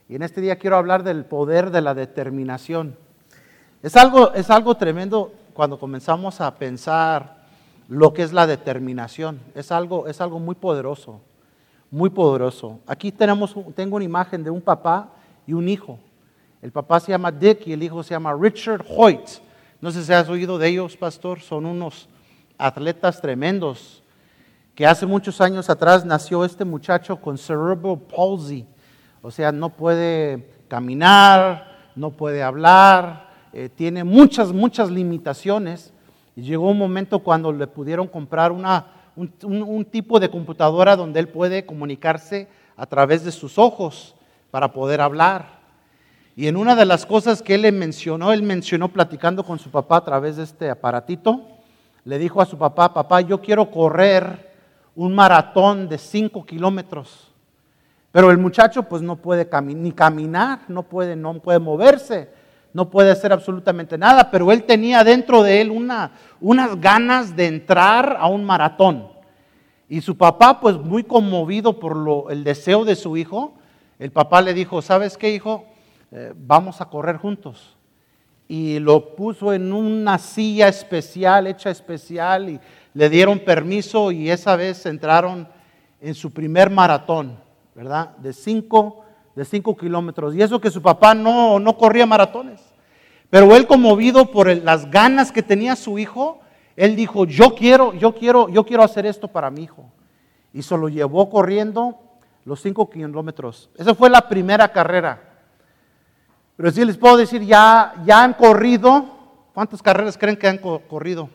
Y en este día quiero hablar del poder de la determinación. Es algo tremendo cuando comenzamos a pensar lo que es la determinación. Es algo muy poderoso, muy poderoso. Aquí tengo una imagen de un papá y un hijo. El papá se llama Dick y el hijo se llama Richard Hoyt. No sé si has oído de ellos, pastor. Son unos atletas tremendos que hace muchos años atrás nació este muchacho con cerebral palsy. O sea, no puede caminar, no puede hablar, tiene muchas limitaciones. Y llegó un momento cuando le pudieron comprar un tipo de computadora donde él puede comunicarse a través de sus ojos para poder hablar. Y en una de las cosas que él mencionó platicando con su papá a través de este aparatito, le dijo a su papá: papá, yo quiero correr un maratón de 5 kilómetros. Pero el muchacho pues no puede ni caminar, no puede moverse, no puede hacer absolutamente nada, pero él tenía dentro de él unas ganas de entrar a un maratón. Y su papá, pues muy conmovido por el deseo de su hijo, el papá le dijo: ¿sabes qué, hijo? Vamos a correr juntos. Y lo puso en una silla hecha especial, y le dieron permiso, y esa vez entraron en su primer maratón, ¿verdad? De 5 kilómetros. Y eso que su papá no corría maratones. Pero él, conmovido por las ganas que tenía su hijo, él dijo: yo quiero hacer esto para mi hijo. Y se lo llevó corriendo los 5 kilómetros. Esa fue la primera carrera. Pero sí les puedo decir, ya han corrido. ¿Cuántas carreras creen que han corrido?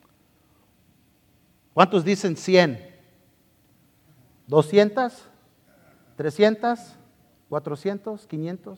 ¿Cuántos dicen 100? ¿200? ¿300? ¿400? ¿500?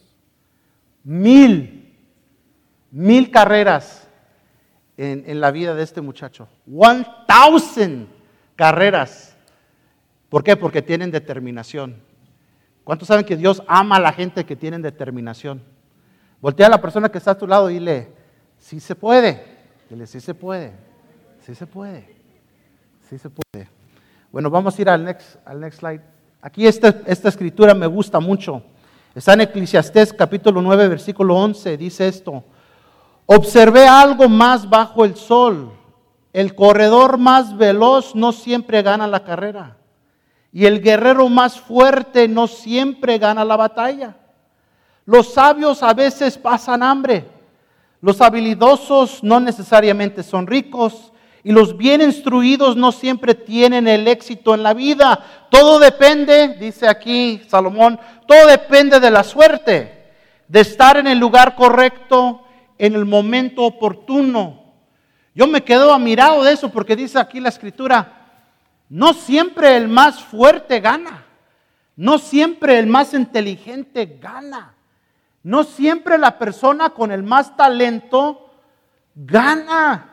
1000 carreras en la vida de este muchacho. 1000 carreras. ¿Por qué? Porque tienen determinación. ¿Cuántos saben que Dios ama a la gente que tienen determinación? Voltea a la persona que está a tu lado y dile: sí se puede. Dile: sí se puede. Sí se puede. Sí se puede. Bueno, vamos a ir al next slide. Aquí esta escritura me gusta mucho. Está en Eclesiastés capítulo 9, versículo 11. Dice esto: observé algo más bajo el sol. El corredor más veloz no siempre gana la carrera. Y el guerrero más fuerte no siempre gana la batalla. Los sabios a veces pasan hambre. Los habilidosos no necesariamente son ricos. Y los bien instruidos no siempre tienen el éxito en la vida. Todo depende, dice aquí Salomón, todo depende de la suerte, de estar en el lugar correcto, en el momento oportuno. Yo me quedo admirado de eso, porque dice aquí la escritura: no siempre el más fuerte gana. No siempre el más inteligente gana. No siempre la persona con el más talento gana.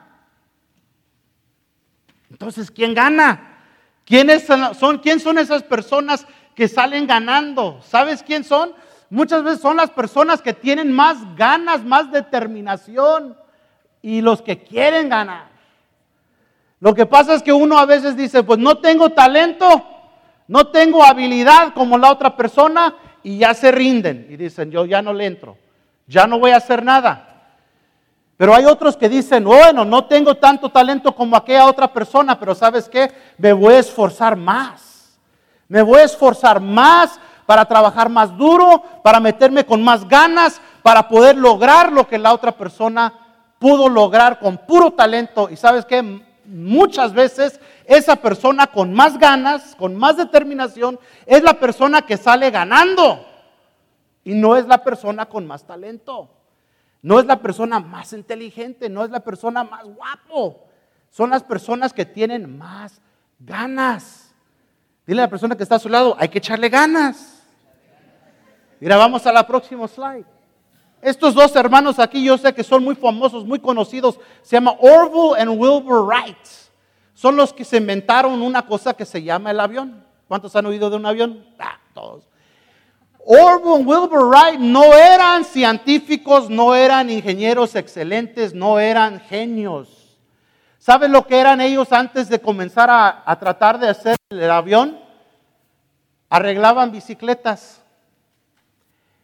Entonces, ¿quién gana? ¿Quién son esas personas que salen ganando? ¿Sabes quién son? Muchas veces son las personas que tienen más ganas, más determinación, y los que quieren ganar. Lo que pasa es que uno a veces dice: pues no tengo talento, no tengo habilidad como la otra persona, y ya se rinden y dicen: yo ya no le entro, ya no voy a hacer nada. Pero hay otros que dicen: bueno, no tengo tanto talento como aquella otra persona, pero ¿sabes qué? Me voy a esforzar más. Me voy a esforzar más para trabajar más duro, para meterme con más ganas, para poder lograr lo que la otra persona pudo lograr con puro talento. Y ¿sabes qué? Muchas veces esa persona con más ganas, con más determinación, es la persona que sale ganando. Y no es la persona con más talento. No es la persona más inteligente, no es la persona más guapo. Son las personas que tienen más ganas. Dile a la persona que está a su lado: hay que echarle ganas. Mira, vamos a la próxima slide. Estos dos hermanos aquí, yo sé que son muy famosos, muy conocidos. Se llama Orville y Wilbur Wright. Son los que se inventaron una cosa que se llama el avión. ¿Cuántos han oído de un avión? Todos. Orville y Wilbur Wright no eran científicos, no eran ingenieros excelentes, no eran genios. ¿Saben lo que eran ellos antes de comenzar a tratar de hacer el avión? Arreglaban bicicletas.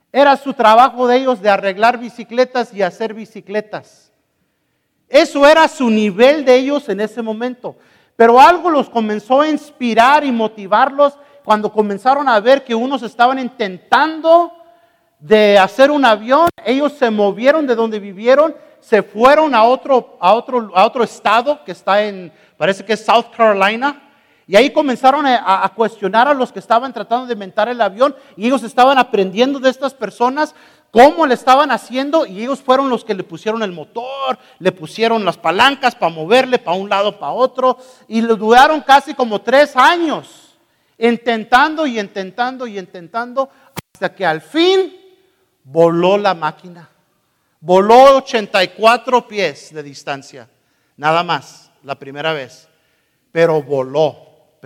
Era su trabajo de ellos de arreglar bicicletas y hacer bicicletas. Eso era su nivel de ellos en ese momento. Pero algo los comenzó a inspirar y motivarlos cuando comenzaron a ver que unos estaban intentando de hacer un avión. Ellos se movieron de donde vivieron, se fueron a otro estado que está parece que es South Carolina. Y ahí comenzaron a cuestionar a los que estaban tratando de inventar el avión. Y ellos estaban aprendiendo de estas personas cómo le estaban haciendo. Y ellos fueron los que le pusieron el motor, le pusieron las palancas para moverle para un lado, para otro. Y lo duraron casi como 3 años intentando y intentando y intentando. Hasta que al fin voló la máquina. Voló 84 pies de distancia. Nada más, la primera vez. Pero voló.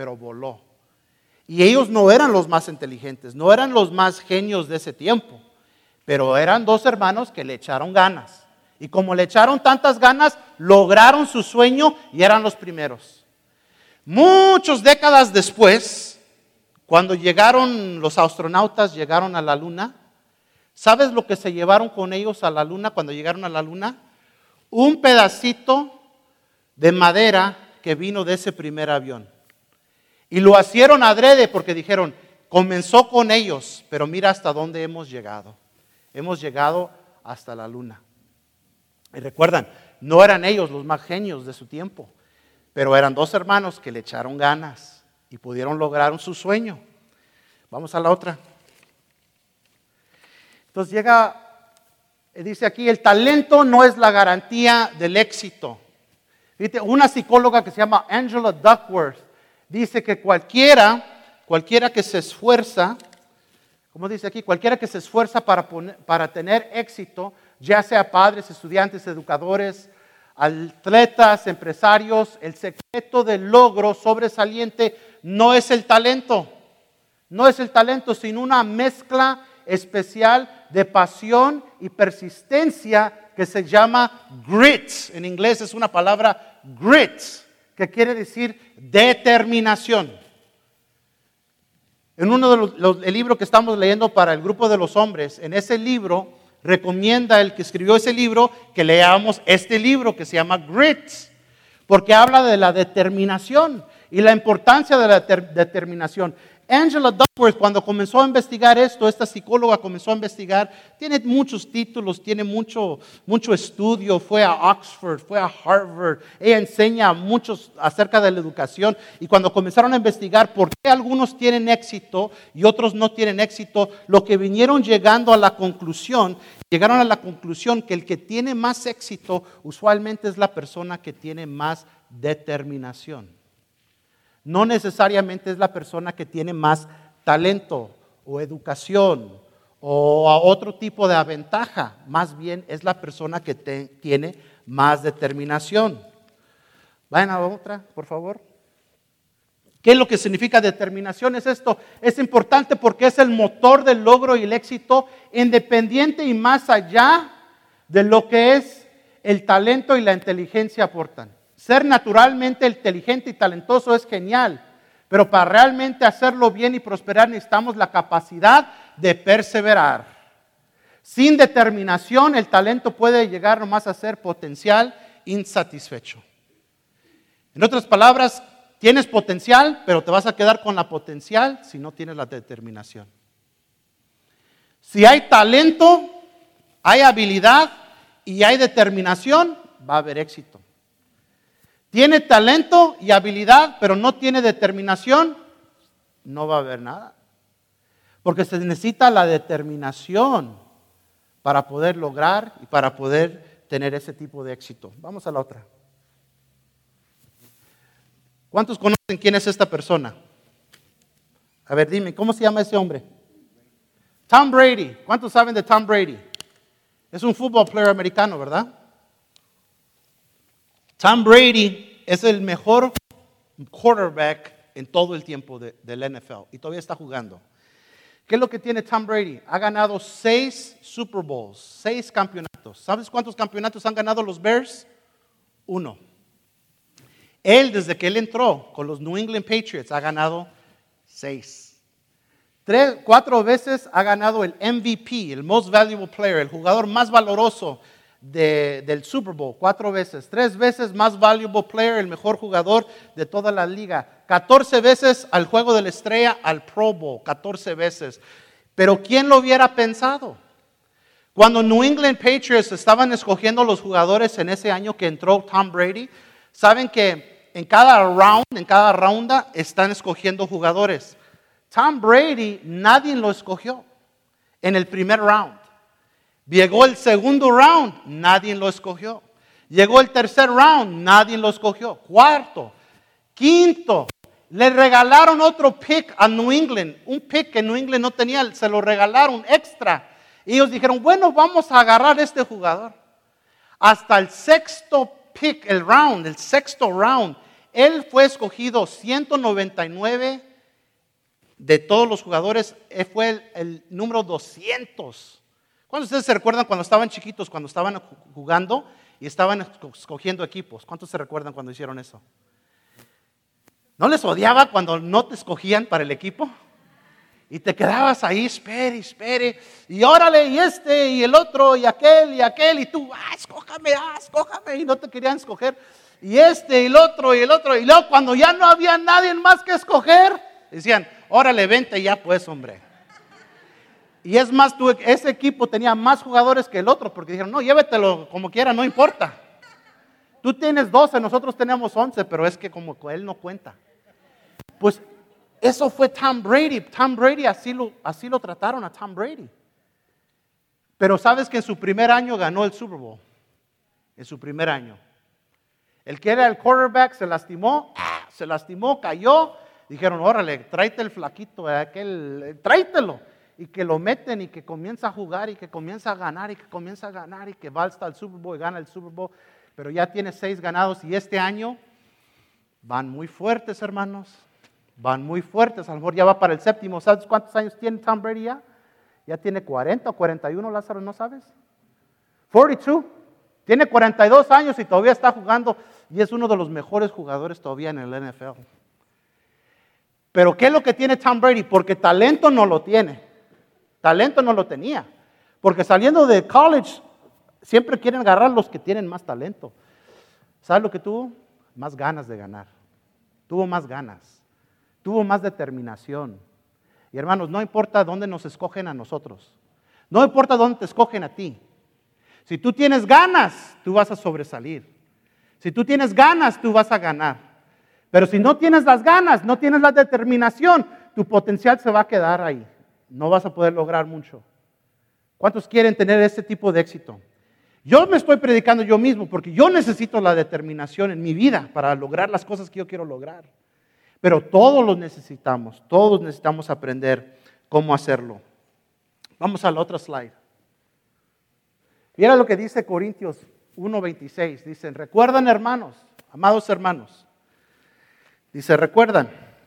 Y ellos no eran los más inteligentes, no eran los más genios de ese tiempo, pero eran 2 hermanos que le echaron ganas. Y como le echaron tantas ganas, lograron su sueño y eran los primeros. Muchas décadas después, cuando llegaron los astronautas, llegaron a la luna, ¿sabes lo que se llevaron con ellos a la luna cuando llegaron a la luna? Un pedacito de madera que vino de ese primer avión. Y lo hicieron adrede porque dijeron, comenzó con ellos, pero mira hasta dónde hemos llegado. Hemos llegado hasta la luna. Y recuerdan, no eran ellos los más genios de su tiempo, pero eran 2 hermanos que le echaron ganas y pudieron lograr su sueño. Vamos a la otra. Entonces dice aquí, el talento no es la garantía del éxito. Fíjate, una psicóloga que se llama Angela Duckworth dice que cualquiera que se esfuerza, como dice aquí, cualquiera que se esfuerza para tener éxito, ya sea padres, estudiantes, educadores, atletas, empresarios, el secreto del logro sobresaliente no es el talento, sino una mezcla especial de pasión y persistencia que se llama grit. En inglés es una palabra grit, que quiere decir determinación. En uno de el libro que estamos leyendo para el grupo de los hombres, en ese libro recomienda el que escribió ese libro que leamos este libro que se llama Grit, porque habla de la determinación y la importancia de la determinación. Angela Duckworth, cuando comenzó a investigar esto, esta psicóloga comenzó a investigar, tiene muchos títulos, tiene mucho estudio, fue a Oxford, fue a Harvard, ella enseña muchos acerca de la educación, y cuando comenzaron a investigar por qué algunos tienen éxito y otros no tienen éxito, lo que llegaron a la conclusión que el que tiene más éxito usualmente es la persona que tiene más determinación. No necesariamente es la persona que tiene más talento o educación o otro tipo de ventaja. Más bien es la persona que tiene más determinación. Vayan a otra, por favor. ¿Qué es lo que significa determinación? Es esto. Es importante porque es el motor del logro y el éxito, independiente y más allá de lo que es el talento y la inteligencia aportan. Ser naturalmente inteligente y talentoso es genial, pero para realmente hacerlo bien y prosperar necesitamos la capacidad de perseverar. Sin determinación, el talento puede llegar nomás a ser potencial insatisfecho. En otras palabras, tienes potencial, pero te vas a quedar con la potencial si no tienes la determinación. Si hay talento, hay habilidad y hay determinación, va a haber éxito. Tiene talento y habilidad, pero no tiene determinación, no va a haber nada. Porque se necesita la determinación para poder lograr y para poder tener ese tipo de éxito. Vamos a la otra. ¿Cuántos conocen quién es esta persona? A ver, dime, ¿cómo se llama ese hombre? Tom Brady. ¿Cuántos saben de Tom Brady? Es un football player americano, ¿verdad? Tom Brady es el mejor quarterback en todo el tiempo del NFL y todavía está jugando. ¿Qué es lo que tiene Tom Brady? Ha ganado 6 Super Bowls, 6 campeonatos. ¿Sabes cuántos campeonatos han ganado los Bears? 1. Él, desde que él entró con los New England Patriots, ha ganado 6. 4 veces ha ganado el MVP, el Most Valuable Player, el jugador más valoroso del Super Bowl. 4 veces. 3 veces más Valuable Player, el mejor jugador de toda la liga. 14 veces al Juego de la Estrella, al Pro Bowl. 14 veces. Pero ¿quién lo hubiera pensado? Cuando New England Patriots estaban escogiendo los jugadores en ese año que entró Tom Brady, saben que en cada ronda están escogiendo jugadores. Tom Brady, nadie lo escogió en el primer round. Llegó el segundo round, nadie lo escogió. Llegó el tercer round, nadie lo escogió. Cuarto, quinto, le regalaron otro pick a New England. Un pick que New England no tenía, se lo regalaron extra. Y ellos dijeron, bueno, vamos a agarrar a este jugador. Hasta el sexto pick, el sexto round, él fue escogido 199 de todos los jugadores, fue el número 200. ¿Cuántos de ustedes se recuerdan cuando estaban chiquitos, cuando estaban jugando y estaban escogiendo equipos? ¿Cuántos se recuerdan cuando hicieron eso? ¿No les odiaba cuando no te escogían para el equipo? Y te quedabas ahí, espere, y órale, y este, y el otro, y aquel, y tú, escójame, y no te querían escoger. Y este, y el otro, y luego cuando ya no había nadie más que escoger, decían, órale, vente ya pues, hombre. Y es más, ese equipo tenía más jugadores que el otro, porque dijeron, no, llévetelo como quiera, no importa. Tú tienes 12, nosotros tenemos 11, pero es que como él no cuenta. Pues eso fue Tom Brady. Tom Brady, así lo trataron a Tom Brady. Pero sabes que en su primer año ganó el Super Bowl. En su primer año. El que era el quarterback se lastimó, cayó. Dijeron, órale, tráete el flaquito, tráetelo. Y que lo meten y que comienza a jugar y que comienza a ganar y que comienza a ganar y que va hasta el Super Bowl y gana el Super Bowl. Pero ya tiene 6 ganados y este año van muy fuertes, hermanos. Van muy fuertes, a lo mejor ya va para el 7º. ¿Sabes cuántos años tiene Tom Brady ya? Ya tiene 40 o 41, Lázaro, ¿no sabes? 42. Tiene 42 años y todavía está jugando y es uno de los mejores jugadores todavía en el NFL. Pero ¿qué es lo que tiene Tom Brady? Porque talento no lo tiene. Talento no lo tenía. Porque saliendo de college siempre quieren agarrar los que tienen más talento. ¿Sabes lo que tuvo? Más ganas de ganar. Tuvo más ganas. Tuvo más determinación. Y hermanos, no importa dónde nos escogen a nosotros. No importa dónde te escogen a ti. Si tú tienes ganas, tú vas a sobresalir. Si tú tienes ganas, tú vas a ganar. Pero si no tienes las ganas, no tienes la determinación, tu potencial se va a quedar ahí. No vas a poder lograr mucho. ¿Cuántos quieren tener este tipo de éxito? Yo me estoy predicando yo mismo porque yo necesito la determinación en mi vida para lograr las cosas que yo quiero lograr. Pero todos necesitamos aprender cómo hacerlo. Vamos a la otra slide. Mira lo que dice Corintios 1:26. Dicen, recuerdan hermanos, amados hermanos. Dice, recuerdan,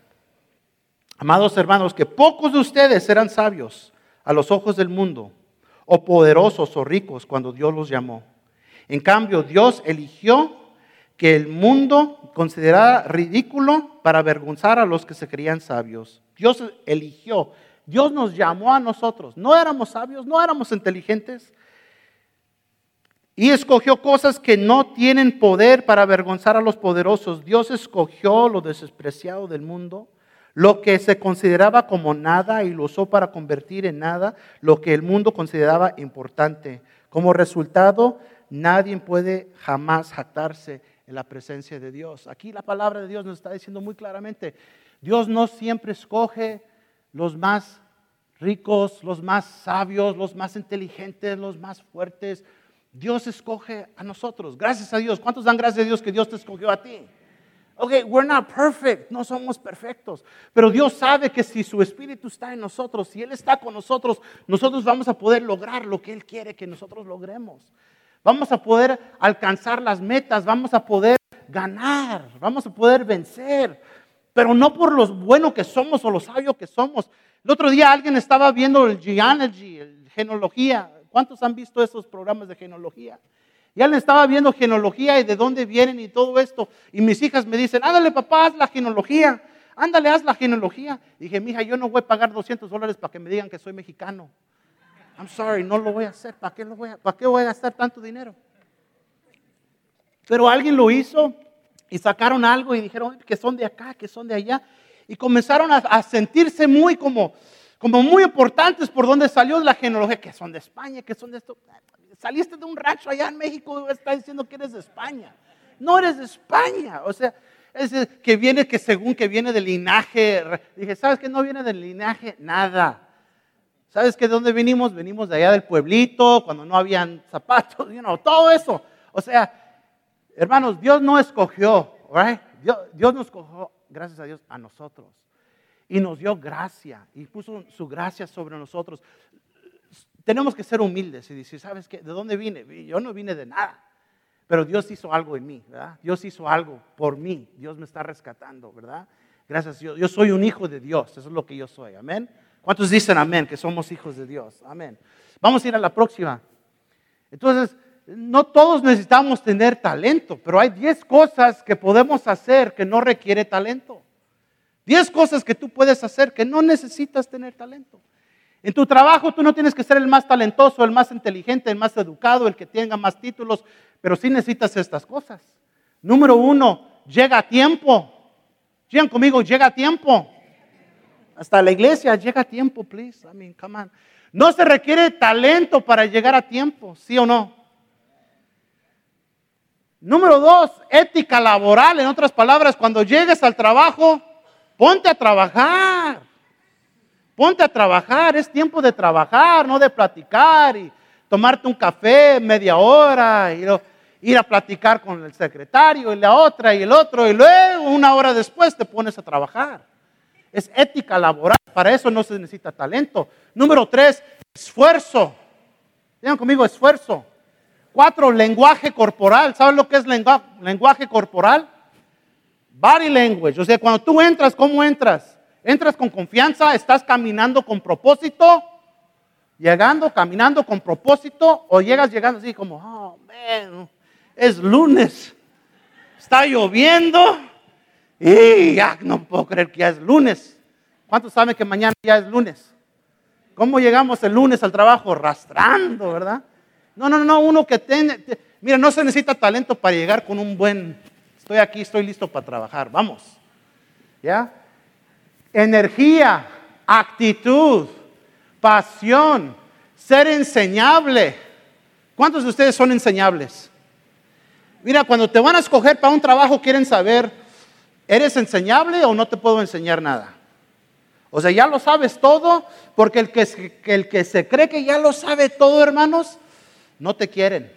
amados hermanos, que pocos de ustedes eran sabios a los ojos del mundo, o poderosos o ricos cuando Dios los llamó. En cambio, Dios eligió que el mundo considerara ridículo para avergonzar a los que se creían sabios. Dios eligió, Dios nos llamó a nosotros. No éramos sabios, no éramos inteligentes. Y escogió cosas que no tienen poder para avergonzar a los poderosos. Dios escogió lo despreciado del mundo, lo que se consideraba como nada, y lo usó para convertir en nada lo que el mundo consideraba importante. Como resultado, nadie puede jamás jactarse en la presencia de Dios. Aquí la palabra de Dios nos está diciendo muy claramente, Dios no siempre escoge los más ricos, los más sabios, los más inteligentes, los más fuertes. Dios escoge a nosotros. Gracias a Dios. ¿Cuántos dan gracias a Dios que Dios te escogió a ti? Okay, we're not perfect. No somos perfectos. Pero Dios sabe que si su Espíritu está en nosotros, si Él está con nosotros, nosotros vamos a poder lograr lo que Él quiere que nosotros logremos. Vamos a poder alcanzar las metas. Vamos a poder ganar. Vamos a poder vencer. Pero no por lo bueno que somos o lo sabio que somos. El otro día alguien estaba viendo el genealogy, el genealogía. ¿Cuántos han visto esos programas de genealogía? Y alguien estaba viendo genealogía y de dónde vienen y todo esto. Y mis hijas me dicen, ándale papá, haz la genealogía. ándale, haz la genealogía. Dije, mija, yo no voy a pagar $200 para que me digan que soy mexicano. I'm sorry, no lo voy a hacer. ¿Para qué voy a gastar tanto dinero? Pero alguien lo hizo y sacaron algo y dijeron que son de acá, que son de allá. Y comenzaron a sentirse muy como muy importantes por donde salió la genealogía, que son de España, que son de esto. Saliste de un rancho allá en México y estás diciendo que eres de España. No eres de España. O sea, es que según que viene del linaje. Dije, ¿sabes qué? No viene del linaje nada. ¿Sabes qué? ¿De dónde venimos? Venimos de allá del pueblito, cuando no habían zapatos, todo eso. O sea, hermanos, Dios no escogió, right? Dios nos escogió, gracias a Dios, a nosotros. Y nos dio gracia y puso su gracia sobre nosotros. Tenemos que ser humildes y decir, ¿sabes qué? ¿De dónde vine? Yo no vine de nada. Pero Dios hizo algo en mí, ¿verdad? Dios hizo algo por mí. Dios me está rescatando, ¿verdad? Gracias a Dios. Yo soy un hijo de Dios. Eso es lo que yo soy. Amén. ¿Cuántos dicen amén? Que somos hijos de Dios. Amén. Vamos a ir a la próxima. Entonces, no todos necesitamos tener talento, pero hay 10 cosas que podemos hacer que no requiere talento. 10 cosas que tú puedes hacer que no necesitas tener talento. En tu trabajo tú no tienes que ser el más talentoso, el más inteligente, el más educado, el que tenga más títulos, pero sí necesitas estas cosas. Número 1, llega a tiempo. Digan conmigo, llega a tiempo. Hasta la iglesia, llega a tiempo, please. Come on. No se requiere talento para llegar a tiempo, ¿sí o no? Número 2, ética laboral. En otras palabras, cuando llegues al trabajo, ponte a trabajar. Ponte a trabajar, es tiempo de trabajar, no de platicar y tomarte un café media hora y ir a platicar con el secretario y la otra y el otro y luego 1 hora después te pones a trabajar. Es ética laboral, para eso no se necesita talento. Número 3, esfuerzo. Digan conmigo, esfuerzo. 4, lenguaje corporal. ¿Saben lo que es lenguaje corporal? Body language. O sea, cuando tú entras, ¿cómo entras? ¿Entras con confianza? ¿Estás caminando con propósito? ¿Caminando con propósito? ¿O llegas llegando así como, oh, man, es lunes, está lloviendo y ya no puedo creer que ya es lunes? ¿Cuántos saben que mañana ya es lunes? ¿Cómo llegamos el lunes al trabajo? Arrastrando, ¿verdad? No, uno que mira, no se necesita talento para llegar con un buen, estoy aquí, estoy listo para trabajar, vamos, ¿ya? Energía, actitud, pasión, ser enseñable. ¿Cuántos de ustedes son enseñables? Mira, cuando te van a escoger para un trabajo quieren saber, ¿eres enseñable o no te puedo enseñar nada? O sea, ya lo sabes todo, porque el que se cree que ya lo sabe todo, hermanos, no te quieren.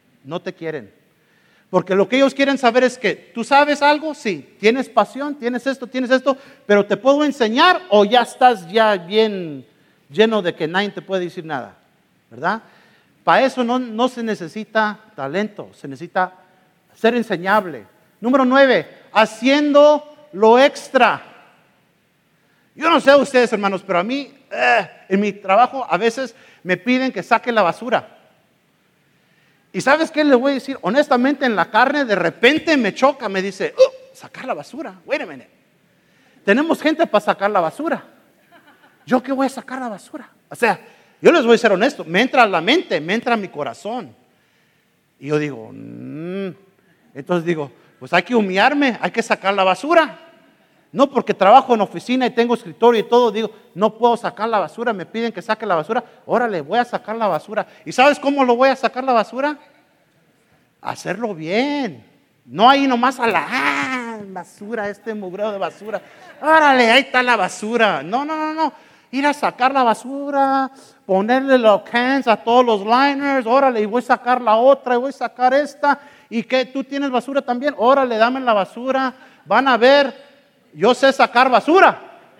Porque lo que ellos quieren saber es que tú sabes algo, sí, tienes pasión, tienes esto, pero te puedo enseñar o ya estás ya bien lleno de que nadie te puede decir nada, ¿verdad? Para eso no se necesita talento, se necesita ser enseñable. Número 9, haciendo lo extra. Yo no sé a ustedes, hermanos, pero a mí, en mi trabajo a veces me piden que saque la basura. ¿Y sabes qué le voy a decir? Honestamente, en la carne de repente me choca, me dice, sacar la basura. Wait a minute. Tenemos gente para sacar la basura. ¿Yo qué voy a sacar la basura? O sea, yo les voy a ser honesto, me entra a la mente, me entra a mi corazón. Y yo digo, Entonces digo, pues hay que humillarme, hay que sacar la basura. No porque trabajo en oficina y tengo escritorio y todo, digo, no puedo sacar la basura, me piden que saque la basura, órale, voy a sacar la basura. ¿Y sabes cómo lo voy a sacar la basura? Hacerlo bien. No ahí nomás a la basura, mugreo de basura. Órale, ahí está la basura. No. Ir a sacar la basura, ponerle los cans a todos los liners, órale, y voy a sacar la otra, y voy a sacar esta. ¿Y qué? ¿Tú tienes basura también? Órale, dame la basura. Van a ver. Yo sé sacar basura,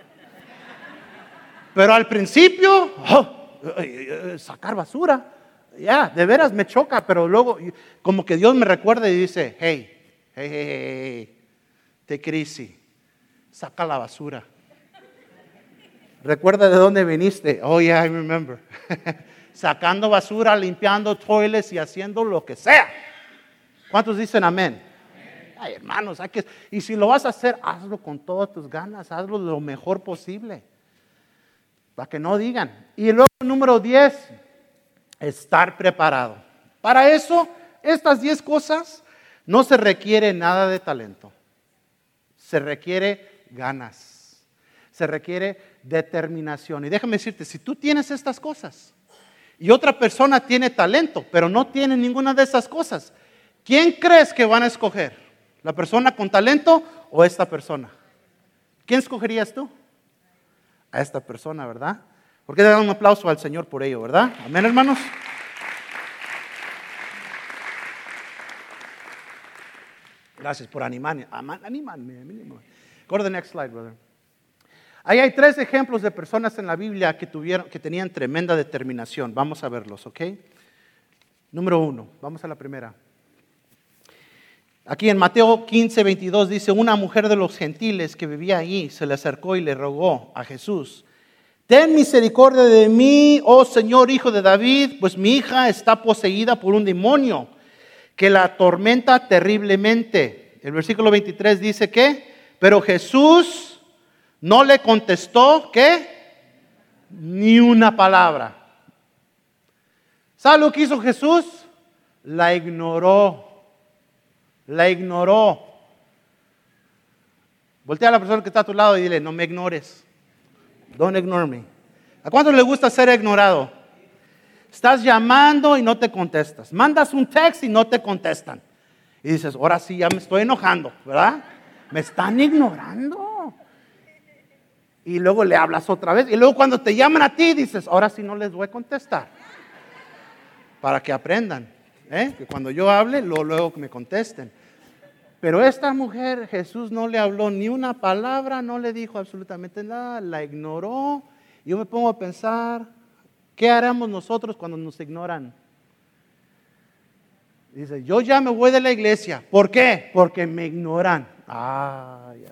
pero al principio, sacar basura, de veras me choca, pero luego como que Dios me recuerda y dice, hey, take it easy, saca la basura. Recuerda de dónde viniste. Oh yeah, I remember. Sacando basura, limpiando toilets y haciendo lo que sea. ¿Cuántos dicen amén? Ay, hermanos, y si lo vas a hacer, hazlo con todas tus ganas, hazlo lo mejor posible. Para que no digan. Y luego número 10, estar preparado. Para eso, estas 10 cosas, no se requiere nada de talento. Se requiere ganas. Se requiere determinación. Y déjame decirte, si tú tienes estas cosas y otra persona tiene talento, pero no tiene ninguna de esas cosas, ¿quién crees que van a escoger? ¿La persona con talento o esta persona? ¿Quién escogerías tú? A esta persona, ¿verdad? ¿Por qué le dan un aplauso al Señor por ello, verdad? Amén, hermanos. Gracias por animarme. Go to the next slide, brother. Ahí hay 3 ejemplos de personas en la Biblia que tenían tremenda determinación. Vamos a verlos, ¿ok? Número 1, vamos a la primera. Aquí en Mateo 15:22 dice, una mujer de los gentiles que vivía allí se le acercó y le rogó a Jesús: ten misericordia de mí, oh Señor, hijo de David, pues mi hija está poseída por un demonio que la atormenta terriblemente. El versículo 23 dice que, pero Jesús no le contestó, ¿qué? Ni una palabra. ¿Sabe lo que hizo Jesús? La ignoró. La ignoró. Voltea a la persona que está a tu lado y dile, no me ignores. Don't ignore me. ¿A cuánto le gusta ser ignorado? Estás llamando y no te contestas. Mandas un text y no te contestan. Y dices, ahora sí ya me estoy enojando, ¿verdad? Me están ignorando. Y luego le hablas otra vez. Y luego cuando te llaman a ti dices, ahora sí no les voy a contestar. Para que aprendan. Que cuando yo hable, luego que me contesten. Pero esta mujer, Jesús no le habló ni una palabra, no le dijo absolutamente nada, la ignoró. Yo me pongo a pensar, ¿qué haremos nosotros cuando nos ignoran? Dice, yo ya me voy de la iglesia. ¿Por qué? Porque me ignoran. Ay.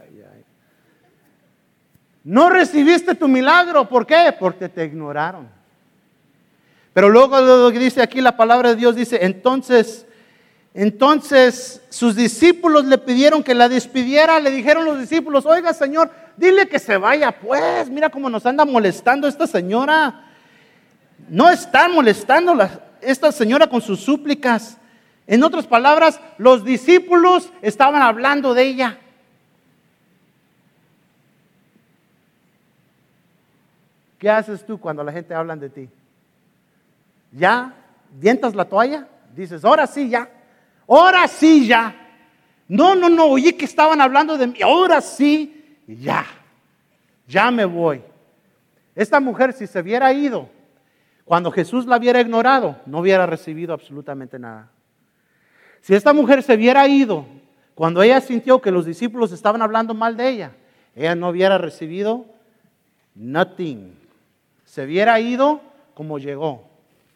No recibiste tu milagro. ¿Por qué? Porque te ignoraron. Pero luego lo que dice aquí la palabra de Dios dice, entonces sus discípulos le pidieron que la despidiera. Le dijeron los discípulos, oiga Señor, dile que se vaya pues. Mira cómo nos anda molestando esta señora. No está molestando esta señora con sus súplicas. En otras palabras, los discípulos estaban hablando de ella. ¿Qué haces tú cuando la gente habla de ti? ¿Ya? ¿Dientas la toalla? Dices, ahora sí ya. Ahora sí ya. No, oí que estaban hablando de mí. Ahora sí, ya. Ya me voy. Esta mujer, si se hubiera ido, cuando Jesús la hubiera ignorado, no hubiera recibido absolutamente nada. Si esta mujer se hubiera ido, cuando ella sintió que los discípulos estaban hablando mal de ella no hubiera recibido nothing. Se hubiera ido como llegó.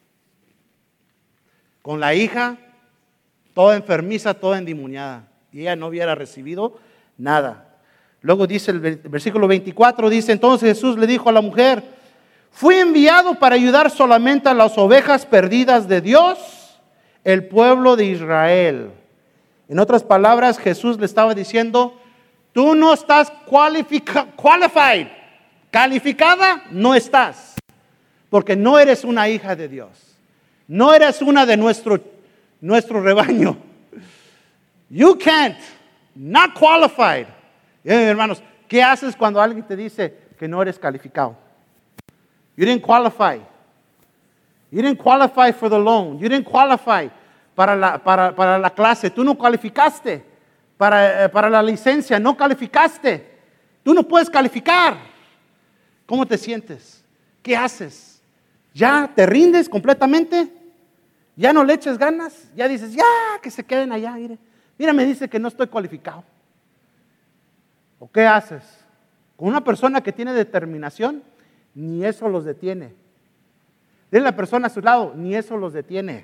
Con la hija, toda enfermiza, toda endemoniada. Y ella no hubiera recibido nada. Luego dice el versículo 24, dice, entonces Jesús le dijo a la mujer, fui enviado para ayudar solamente a las ovejas perdidas de Dios, el pueblo de Israel. En otras palabras, Jesús le estaba diciendo, tú no estás qualified. Calificada no estás. Porque no eres una hija de Dios. No eres una de nuestro rebaño. You can't. Not qualified. Hermanos, ¿qué haces cuando alguien te dice que no eres calificado? You didn't qualify. You didn't qualify for the loan. You didn't qualify para la clase. Tú no calificaste para la licencia. No calificaste. Tú no puedes calificar. ¿Cómo te sientes? ¿Qué haces? ¿Ya te rindes completamente? ¿Ya no le eches ganas? ¿Ya dices, ya, que se queden allá? Mira, me dice que no estoy cualificado. ¿O qué haces? Con una persona que tiene determinación, ni eso los detiene. Dile a la persona a su lado, ni eso los detiene.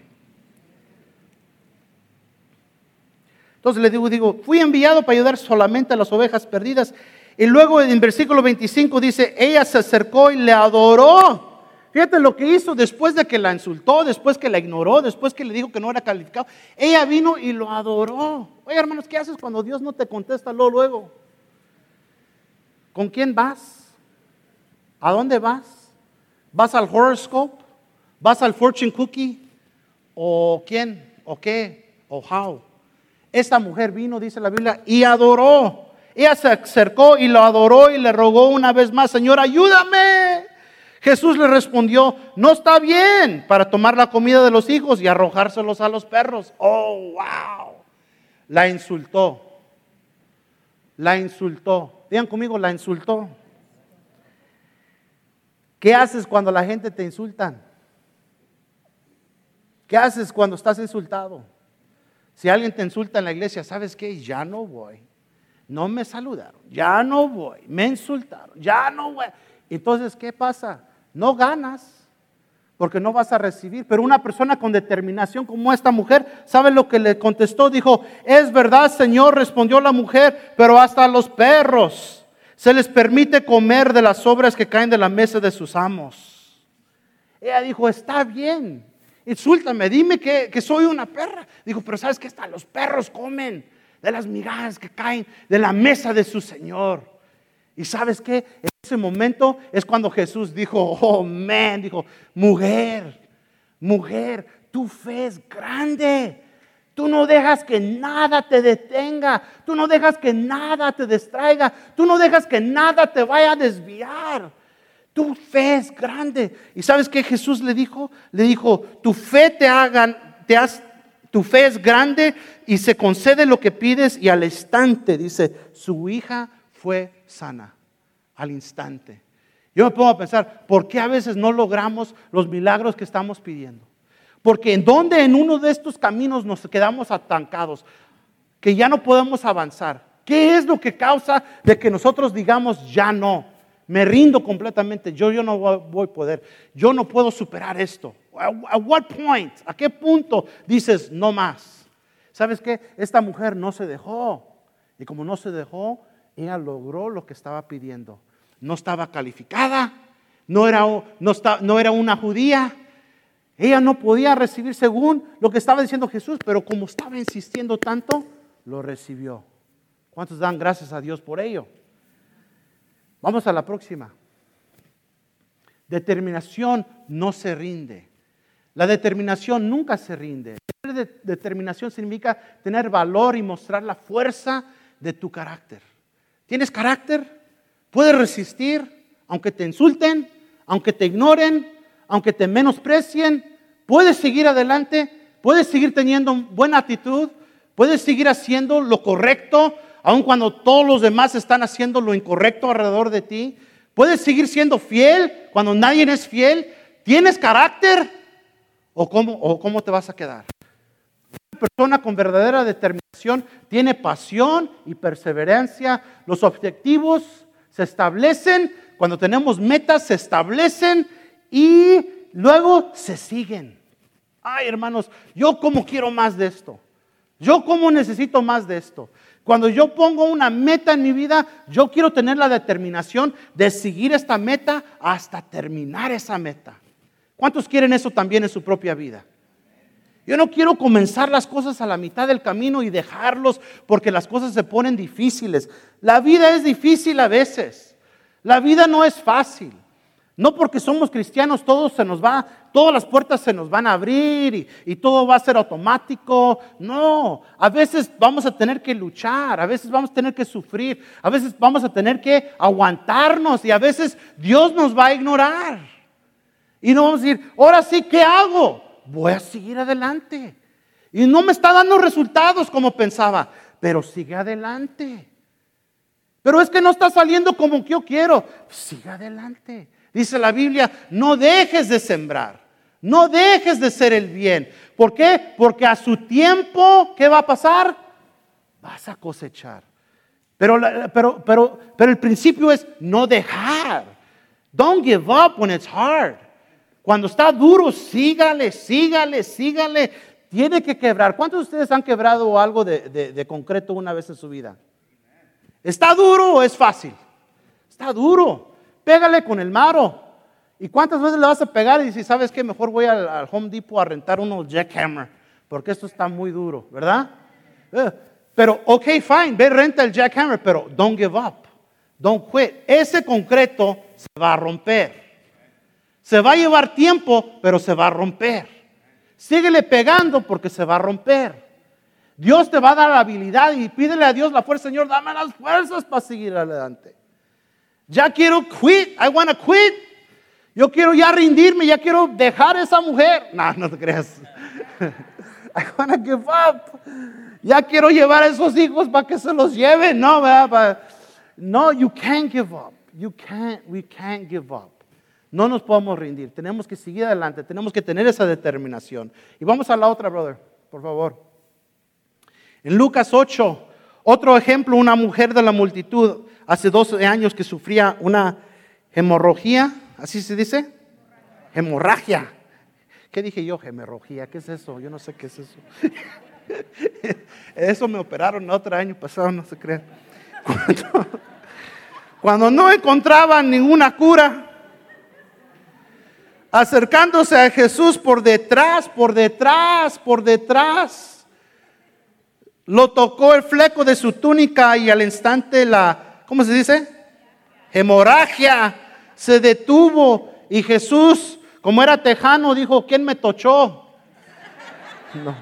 Entonces le digo, fui enviado para ayudar solamente a las ovejas perdidas. Y luego en versículo 25 dice, ella se acercó y le adoró, Fíjate lo que hizo después de que la insultó, después que la ignoró, después que le dijo que no era calificado. Ella vino y lo adoró. Oye, hermanos, ¿qué haces cuando Dios no te contesta luego? ¿Con quién vas? ¿A dónde vas? ¿Vas al horoscope? ¿Vas al fortune cookie? ¿O quién? ¿O qué? ¿O how? Esta mujer vino, dice la Biblia, y adoró. Ella se acercó y lo adoró y le rogó una vez más: Señor, ayúdame. Jesús le respondió: no está bien para tomar la comida de los hijos y arrojárselos a los perros. Oh, wow. La insultó. La insultó. Digan conmigo, la insultó. ¿Qué haces cuando la gente te insulta? ¿Qué haces cuando estás insultado? Si alguien te insulta en la iglesia, ¿sabes qué? Ya no voy. No me saludaron. Ya no voy. Me insultaron. Ya no voy. Entonces, ¿qué pasa? No ganas, porque no vas a recibir. Pero una persona con determinación como esta mujer, ¿sabe lo que le contestó? Dijo: es verdad, Señor, respondió la mujer, pero hasta a los perros se les permite comer de las sobras que caen de la mesa de sus amos. Ella dijo: está bien, insúltame, dime que soy una perra. Dijo: pero ¿sabes qué? Hasta los perros comen de las migajas que caen de la mesa de su Señor. ¿Y sabes qué? En ese momento es cuando Jesús dijo: oh man, dijo: mujer, tu fe es grande. Tú no dejas que nada te detenga. Tú no dejas que nada te distraiga. Tú no dejas que nada te vaya a desviar. Tu fe es grande. ¿Y sabes qué Jesús le dijo? Le dijo: tu fe tu fe es grande y se concede lo que pides. Y al instante, dice, su hija fue sana. Al instante. Yo me pongo a pensar, ¿por qué a veces no logramos los milagros que estamos pidiendo? Porque en uno de estos caminos nos quedamos atancados, que ya no podemos avanzar. ¿Qué es lo que causa de que nosotros digamos: ya no, me rindo completamente, yo no voy a poder, yo no puedo superar esto? ¿A what point? ¿A qué punto dices no más? ¿Sabes qué? Esta mujer no se dejó. Y como no se dejó, ella logró lo que estaba pidiendo. No estaba calificada, no era una judía. Ella no podía recibir según lo que estaba diciendo Jesús, pero como estaba insistiendo tanto, lo recibió. ¿Cuántos dan gracias a Dios por ello? Vamos a la próxima. Determinación no se rinde. La determinación nunca se rinde. Tener determinación significa tener valor y mostrar la fuerza de tu carácter. ¿Tienes carácter? ¿Puedes resistir aunque te insulten, aunque te ignoren, aunque te menosprecien? ¿Puedes seguir adelante? ¿Puedes seguir teniendo buena actitud? ¿Puedes seguir haciendo lo correcto aun cuando todos los demás están haciendo lo incorrecto alrededor de ti? ¿Puedes seguir siendo fiel cuando nadie es fiel? ¿Tienes carácter? ¿O cómo te vas a quedar? Una persona con verdadera determinación tiene pasión y perseverancia. Los objetivos se establecen, cuando tenemos metas se establecen y luego se siguen. Ay, hermanos, yo como quiero más de esto. Yo como necesito más de esto. Cuando yo pongo una meta en mi vida, yo quiero tener la determinación de seguir esta meta hasta terminar esa meta. ¿Cuántos quieren eso también en su propia vida? Yo no quiero comenzar las cosas a la mitad del camino y dejarlos porque las cosas se ponen difíciles. La vida es difícil a veces. La vida no es fácil. No porque somos cristianos todas las puertas se nos van a abrir y todo va a ser automático. No, a veces vamos a tener que luchar, a veces vamos a tener que sufrir, a veces vamos a tener que aguantarnos y a veces Dios nos va a ignorar. Y no vamos a decir: ahora sí, ¿qué hago? Voy a seguir adelante. Y no me está dando resultados como pensaba, pero sigue adelante. Pero es que no está saliendo como yo quiero. Sigue adelante. Dice la Biblia: no dejes de sembrar, no dejes de hacer el bien. ¿Por qué? Porque a su tiempo, ¿qué va a pasar? Vas a cosechar. Pero el principio es no dejar. Don't give up when it's hard. Cuando está duro, sígale. Tiene que quebrar. ¿Cuántos de ustedes han quebrado algo de concreto una vez en su vida? ¿Está duro o es fácil? Está duro. Pégale con el maro ¿Y cuántas veces le vas a pegar y dices, ¿sabes qué? Mejor voy al Home Depot a rentar unos jackhammer, porque esto está muy duro, ¿verdad? Pero, ok, fine, ve, renta el jackhammer, pero don't give up, don't quit. Ese concreto se va a romper. Se va a llevar tiempo, pero se va a romper. Síguele pegando porque se va a romper. Dios te va a dar la habilidad y pídele a Dios la fuerza. Señor, dame las fuerzas para seguir adelante. Ya quiero quit, I want to quit. Yo quiero ya rendirme, ya quiero dejar a esa mujer. No te creas. I want to give up. Ya quiero llevar a esos hijos para que se los lleven. No, ¿verdad? No, you can't give up. We can't give up. No nos podemos rendir. Tenemos que seguir adelante. Tenemos que tener esa determinación. Y vamos a la otra, brother, por favor. En Lucas 8, otro ejemplo, una mujer de la multitud, hace 12 años que sufría una hemorragia. ¿Así se dice? Hemorragia. ¿Qué dije yo? Hemorragia. ¿Qué es eso? Yo no sé qué es eso. Eso me operaron el otro año pasado, no se crean. Cuando no encontraban ninguna cura, acercándose a Jesús por detrás, lo tocó el fleco de su túnica y al instante ¿cómo se dice? Hemorragia se detuvo y Jesús, como era tejano, dijo, ¿quién me tochó? No.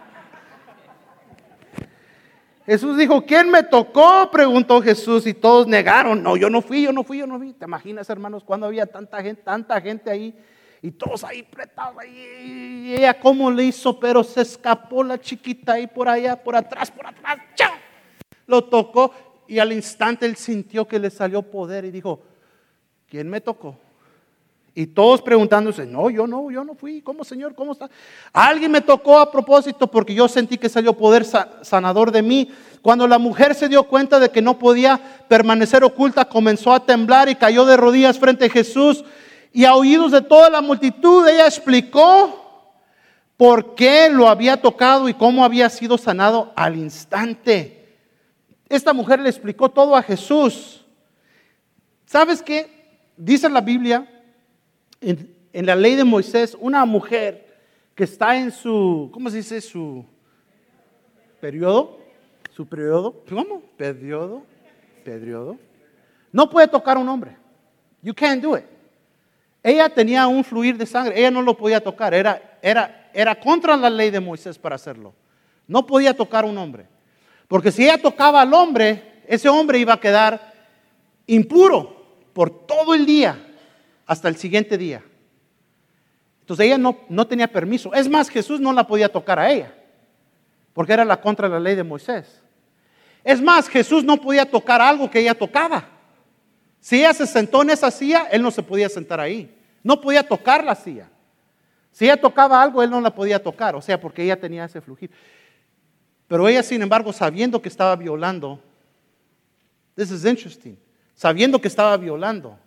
Jesús dijo, ¿quién me tocó? Preguntó Jesús y todos negaron. No, yo no fui. ¿Te imaginas, hermanos, cuando había tanta gente ahí y todos ahí apretados ahí? Y ella cómo le hizo, pero se escapó la chiquita ahí por allá, por atrás, ¡chao! Lo tocó y al instante él sintió que le salió poder y dijo, ¿quién me tocó? Y todos preguntándose, no, yo no fui. ¿Cómo, Señor? ¿Cómo está? Alguien me tocó a propósito porque yo sentí que salió poder sanador de mí. Cuando la mujer se dio cuenta de que no podía permanecer oculta, comenzó a temblar y cayó de rodillas frente a Jesús. Y a oídos de toda la multitud, ella explicó por qué lo había tocado y cómo había sido sanado al instante. Esta mujer le explicó todo a Jesús. ¿Sabes qué? Dice la Biblia, en la ley de Moisés, una mujer que está en su, ¿cómo se dice? Su periodo. ¿Cómo? Periodo. No puede tocar a un hombre. You can't do it. Ella tenía un fluir de sangre. Ella no lo podía tocar. Era contra la ley de Moisés para hacerlo. No podía tocar a un hombre. Porque si ella tocaba al hombre, ese hombre iba a quedar impuro por todo el día. Hasta el siguiente día. Entonces ella no tenía permiso. Es más, Jesús no la podía tocar a ella, porque era la contra la ley de Moisés. Es más, Jesús no podía tocar algo que ella tocaba. Si ella se sentó en esa silla, él no se podía sentar ahí. No podía tocar la silla. Si ella tocaba algo, él no la podía tocar. O sea, porque ella tenía ese flujir. Pero ella, sin embargo, sabiendo que estaba violando, this is interesting, sabiendo que estaba violando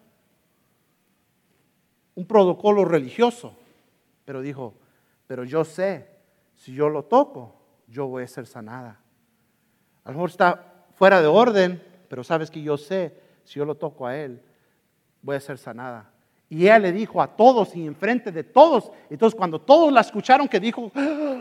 un protocolo religioso, pero dijo, pero yo sé, si yo lo toco, yo voy a ser sanada. A lo mejor está fuera de orden, pero sabes que yo sé, si yo lo toco a él, voy a ser sanada. Y ella le dijo a todos y enfrente de todos. Entonces cuando todos la escucharon que dijo,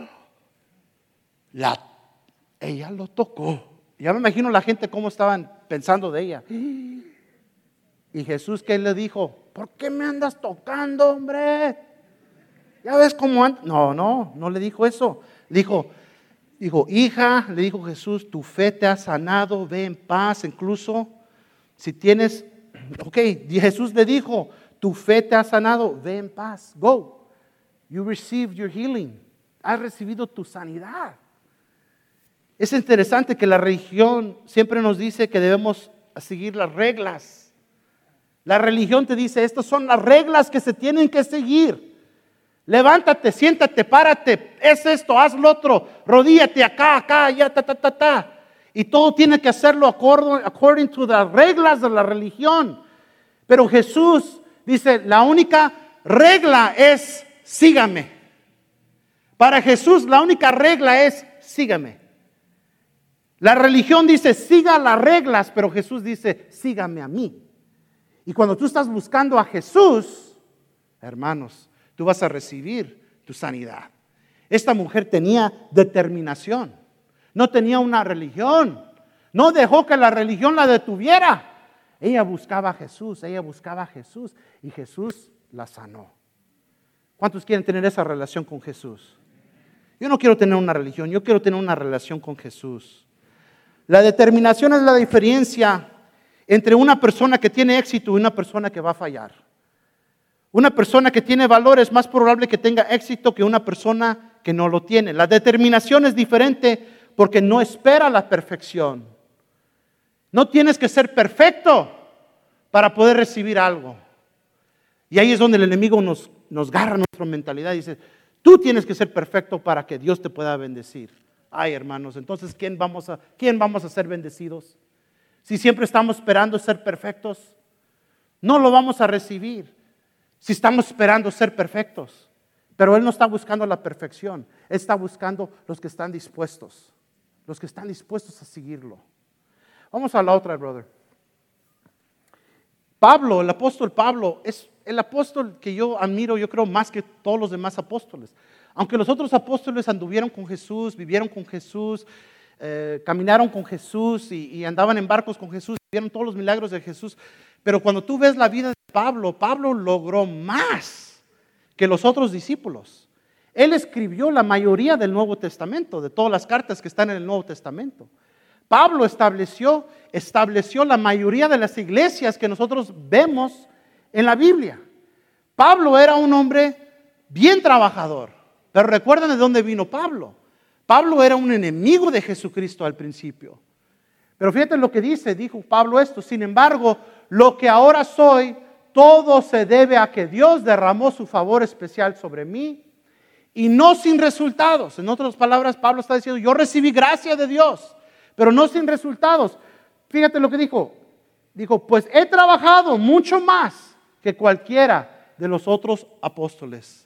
ella lo tocó. Ya me imagino la gente cómo estaban pensando de ella. Y Jesús, ¿qué le dijo? ¿Por qué me andas tocando, hombre? ¿Ya ves cómo andas? No le dijo eso. Dijo, hija, le dijo Jesús, tu fe te ha sanado, ve en paz. Incluso si tienes, Jesús le dijo, tu fe te ha sanado, ve en paz, go. You received your healing. Has recibido tu sanidad. Es interesante que la religión siempre nos dice que debemos seguir las reglas. La religión te dice, estas son las reglas que se tienen que seguir. Levántate, siéntate, párate, es esto, haz lo otro, rodíllate acá, allá, ta. Y todo tiene que hacerlo according to las reglas de la religión. Pero Jesús dice, la única regla es sígame. Para Jesús la única regla es sígame. La religión dice, siga las reglas, pero Jesús dice, sígame a mí. Y cuando tú estás buscando a Jesús, hermanos, tú vas a recibir tu sanidad. Esta mujer tenía determinación, no tenía una religión, no dejó que la religión la detuviera. Ella buscaba a Jesús y Jesús la sanó. ¿Cuántos quieren tener esa relación con Jesús? Yo no quiero tener una religión, yo quiero tener una relación con Jesús. La determinación es la diferencia entre una persona que tiene éxito y una persona que va a fallar. Una persona que tiene valor es más probable que tenga éxito que una persona que no lo tiene. La determinación es diferente porque no espera la perfección. No tienes que ser perfecto para poder recibir algo. Y ahí es donde el enemigo nos agarra nuestra mentalidad y dice, tú tienes que ser perfecto para que Dios te pueda bendecir. Ay, hermanos, entonces ¿quién vamos a ser bendecidos? Si siempre estamos esperando ser perfectos, no lo vamos a recibir. Si estamos esperando ser perfectos, pero Él no está buscando la perfección, Él está buscando los que están dispuestos a seguirlo. Vamos a la otra, brother. Pablo, el apóstol Pablo, es el apóstol que yo admiro, yo creo, más que todos los demás apóstoles. Aunque los otros apóstoles anduvieron con Jesús, vivieron con Jesús, caminaron con Jesús y andaban en barcos con Jesús, vieron todos los milagros de Jesús. Pero cuando tú ves la vida de Pablo, Pablo logró más que los otros discípulos. Él escribió la mayoría del Nuevo Testamento, de todas las cartas que están en el Nuevo Testamento. Pablo estableció la mayoría de las iglesias que nosotros vemos en la Biblia. Pablo era un hombre bien trabajador, pero recuerdan de dónde vino Pablo. Pablo era un enemigo de Jesucristo al principio. Pero fíjate lo que dijo Pablo esto, sin embargo, lo que ahora soy, todo se debe a que Dios derramó su favor especial sobre mí y no sin resultados. En otras palabras, Pablo está diciendo, yo recibí gracia de Dios, pero no sin resultados. Fíjate lo que dijo. Dijo, pues he trabajado mucho más que cualquiera de los otros apóstoles.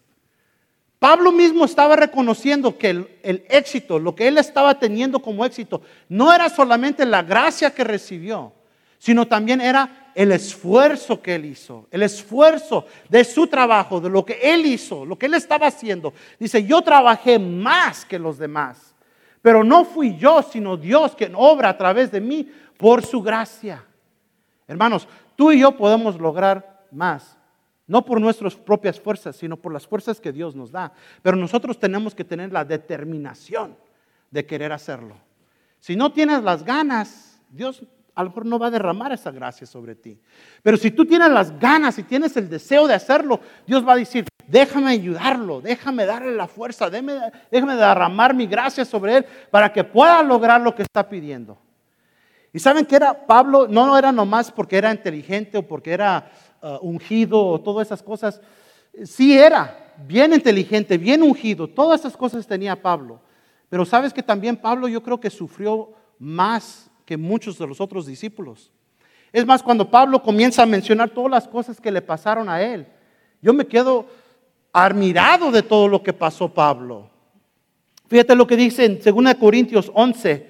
Pablo mismo estaba reconociendo que el éxito, lo que él estaba teniendo como éxito, no era solamente la gracia que recibió, sino también era el esfuerzo que él hizo, el esfuerzo de su trabajo, de lo que él hizo, lo que él estaba haciendo. Dice, yo trabajé más que los demás, pero no fui yo, sino Dios quien obra a través de mí por su gracia. Hermanos, tú y yo podemos lograr más. No por nuestras propias fuerzas, sino por las fuerzas que Dios nos da. Pero nosotros tenemos que tener la determinación de querer hacerlo. Si no tienes las ganas, Dios a lo mejor no va a derramar esa gracia sobre ti. Pero si tú tienes las ganas y tienes el deseo de hacerlo, Dios va a decir, déjame ayudarlo, déjame darle la fuerza, déjame derramar mi gracia sobre él para que pueda lograr lo que está pidiendo. Y saben que era Pablo, no era nomás porque era inteligente o porque era ungido o todas esas cosas. Sí era bien inteligente, bien ungido, todas esas cosas tenía Pablo. Pero sabes que también Pablo yo creo que sufrió más que muchos de los otros discípulos. Es más, cuando Pablo comienza a mencionar todas las cosas que le pasaron a él, yo me quedo admirado de todo lo que pasó Pablo. Fíjate lo que dice en 2 Corintios 11,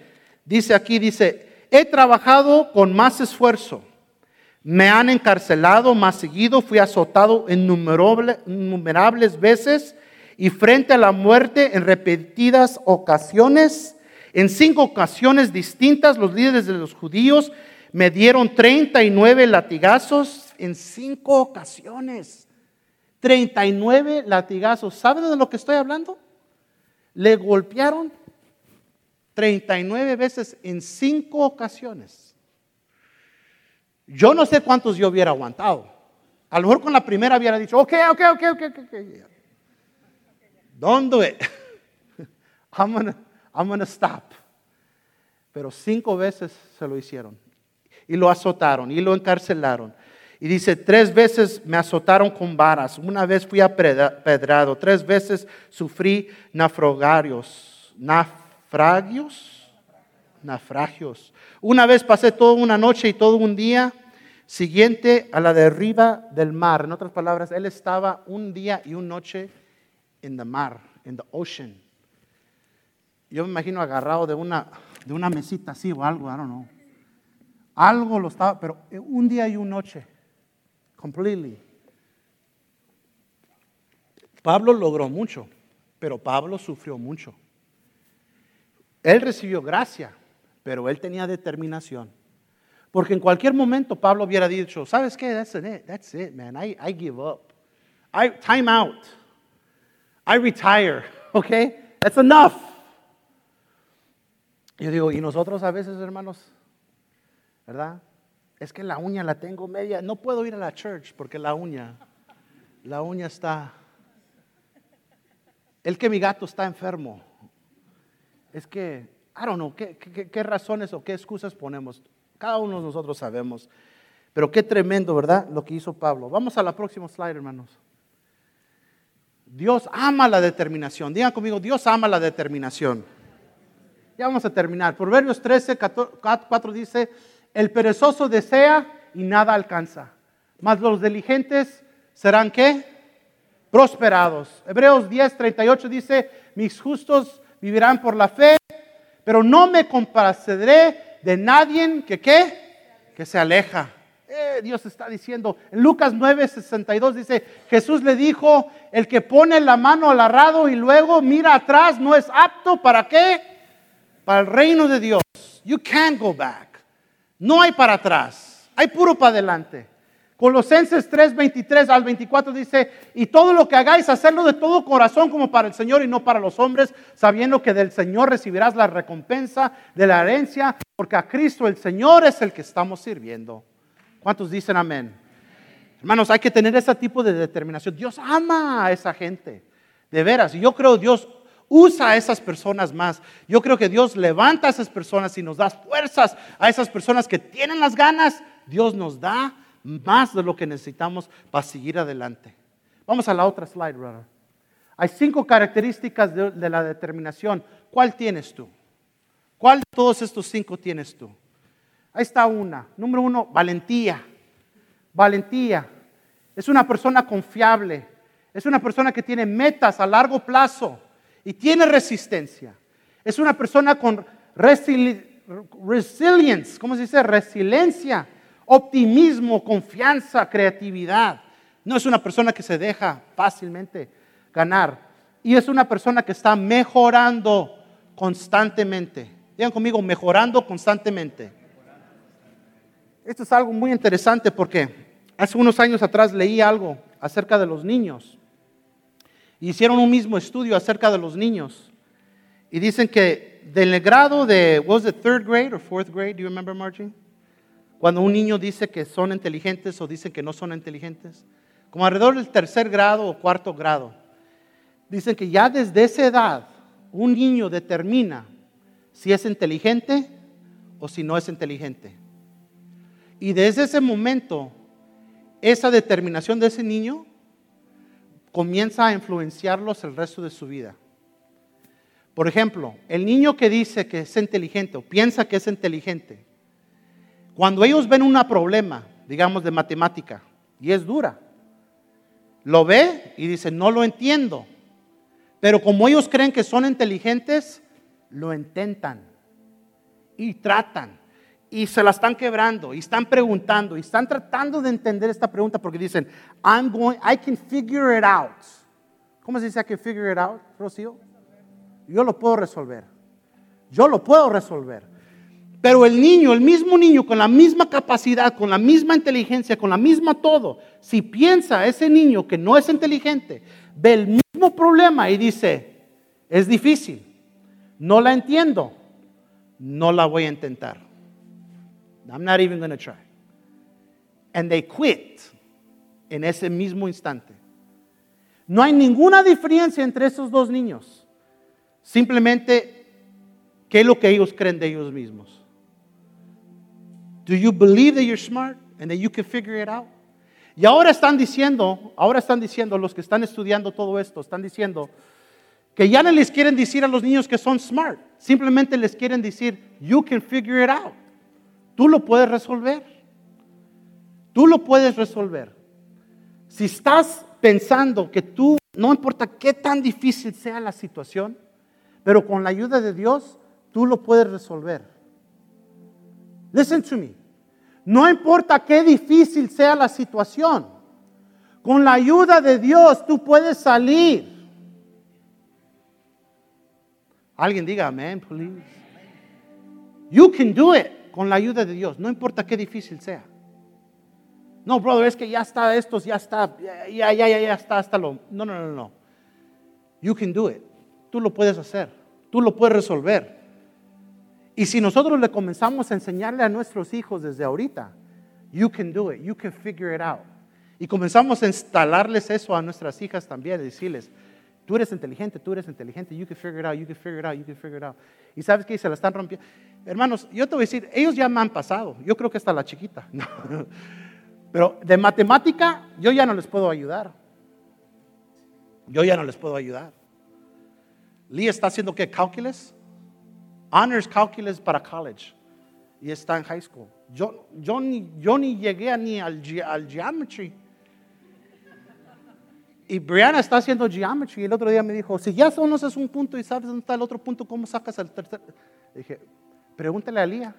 dice, he trabajado con más esfuerzo. Me han encarcelado más seguido, fui azotado innumerables veces y frente a la muerte en repetidas ocasiones. En 5 ocasiones distintas los líderes de los judíos me dieron 39 latigazos en 5 ocasiones. 39 latigazos. ¿Saben de lo que estoy hablando? Le golpearon 39 veces en 5 ocasiones. Yo no sé cuántos yo hubiera aguantado. A lo mejor con la primera hubiera dicho, ok. Don't do it. I'm gonna stop. Pero 5 veces se lo hicieron. Y lo azotaron y lo encarcelaron. Y dice, 3 veces me azotaron con varas. Una vez fui apedrado. 3 veces sufrí naufragios. Una vez pasé toda una noche y todo un día siguiente a la derriba del mar. En otras palabras, él estaba un día y una noche en el mar, en the ocean. Yo me imagino agarrado de una mesita así o algo, I don't know. Algo lo estaba, pero un día y una noche, completely. Pablo logró mucho, pero Pablo sufrió mucho. Él recibió gracia, pero él tenía determinación. Porque en cualquier momento Pablo hubiera dicho, ¿sabes qué? That's it, man. I give up. Time out. I retire. Okay? That's enough. Yo digo, y nosotros a veces, hermanos, ¿verdad? Es que la uña la tengo media. No puedo ir a la church porque la uña está. El que mi gato está enfermo. Es que, I don't know, ¿qué razones o qué excusas ponemos? Cada uno de nosotros sabemos. Pero qué tremendo, ¿verdad? Lo que hizo Pablo. Vamos a la próxima slide, hermanos. Dios ama la determinación. Digan conmigo, Dios ama la determinación. Ya vamos a terminar. Proverbios 13:4 dice, el perezoso desea y nada alcanza, mas los diligentes serán ¿qué? Prosperados. Hebreos 10:38 dice, mis justos vivirán por la fe, pero no me compadeceré de nadie que ¿qué? Que se aleja. Dios está diciendo. En Lucas 9:62 dice, Jesús le dijo, el que pone la mano al arado y luego mira atrás no es apto ¿para qué? Para el reino de Dios. You can't go back. No hay para atrás, hay puro para adelante. Colosenses 3:23 al 24 dice, y todo lo que hagáis, hacerlo de todo corazón como para el Señor y no para los hombres, sabiendo que del Señor recibirás la recompensa de la herencia, porque a Cristo el Señor es el que estamos sirviendo. ¿Cuántos dicen amén? Hermanos, hay que tener ese tipo de determinación. Dios ama a esa gente, de veras. Y yo creo Dios usa a esas personas más. Yo creo que Dios levanta a esas personas y nos da fuerzas a esas personas que tienen las ganas. Dios nos da más de lo que necesitamos para seguir adelante. Vamos a la otra slide, brother. Hay 5 características de la determinación. ¿Cuál tienes tú? ¿Cuál de todos estos 5 tienes tú? Ahí está una. Número 1, valentía. Valentía. Es una persona confiable. Es una persona que tiene metas a largo plazo y tiene resistencia. Es una persona con resilience. ¿Cómo se dice? Resiliencia. Optimismo, confianza, creatividad. No es una persona que se deja fácilmente ganar. Y es una persona que está mejorando constantemente. Digan conmigo, mejorando constantemente. Esto es algo muy interesante porque hace unos años atrás leí algo acerca de los niños. Hicieron un mismo estudio acerca de los niños. Y dicen que del grado de, what was it, 3rd grade or 4th grade? Do you remember, Margie? Cuando un niño dice que son inteligentes o dicen que no son inteligentes. Como alrededor del 3er grado o 4º grado. Dicen que ya desde esa edad un niño determina si es inteligente o si no es inteligente. Y desde ese momento, esa determinación de ese niño comienza a influenciarlos el resto de su vida. Por ejemplo, el niño que dice que es inteligente o piensa que es inteligente, cuando ellos ven un problema, digamos de matemática, y es dura, lo ve y dice, no lo entiendo. Pero como ellos creen que son inteligentes, lo intentan y tratan. Y se la están quebrando, y están preguntando, y están tratando de entender esta pregunta porque dicen, I can figure it out. ¿Cómo se dice I can figure it out, Rocío? Yo lo puedo resolver. Yo lo puedo resolver. Pero el niño, el mismo niño, con la misma capacidad, con la misma inteligencia, con la misma todo, si piensa ese niño que no es inteligente, ve el mismo problema y dice, es difícil, no la entiendo, no la voy a intentar. I'm not even going to try. And they quit en ese mismo instante. No hay ninguna diferencia entre esos dos niños. Simplemente, ¿qué es lo que ellos creen de ellos mismos? Do you believe that you're smart and that you can figure it out? Y ahora están diciendo los que están estudiando todo esto, están diciendo que ya no les quieren decir a los niños que son smart. Simplemente les quieren decir, you can figure it out. Tú lo puedes resolver. Tú lo puedes resolver. Si estás pensando que tú, no importa qué tan difícil sea la situación, pero con la ayuda de Dios, tú lo puedes resolver. Listen to me. No importa qué difícil sea la situación, Con la ayuda de Dios tú puedes salir. Alguien diga amén, please. You can do it con la ayuda de Dios, no importa qué difícil sea. No, brother, es que ya está esto, ya está, ya está hasta lo... No. You can do it. Tú lo puedes hacer. Tú lo puedes resolver. Y si nosotros le comenzamos a enseñarle a nuestros hijos desde ahorita, you can do it, you can figure it out. Y comenzamos a instalarles eso a nuestras hijas también, y decirles, tú eres inteligente, you can figure it out, you can figure it out, you can figure it out. Y sabes que se la están rompiendo. Hermanos, yo te voy a decir, ellos ya me han pasado, yo creo que hasta la chiquita. No. Pero de matemática, yo ya no les puedo ayudar. Lee está haciendo ¿qué? Calculus. Honors Calculus para college. Y está en high school. Yo ni llegué ni al geometry. Y Brianna está haciendo geometry. Y el otro día me dijo, si ya conoces un punto y sabes dónde está el otro punto, ¿cómo sacas el tercer? Le dije, pregúntale a Lía.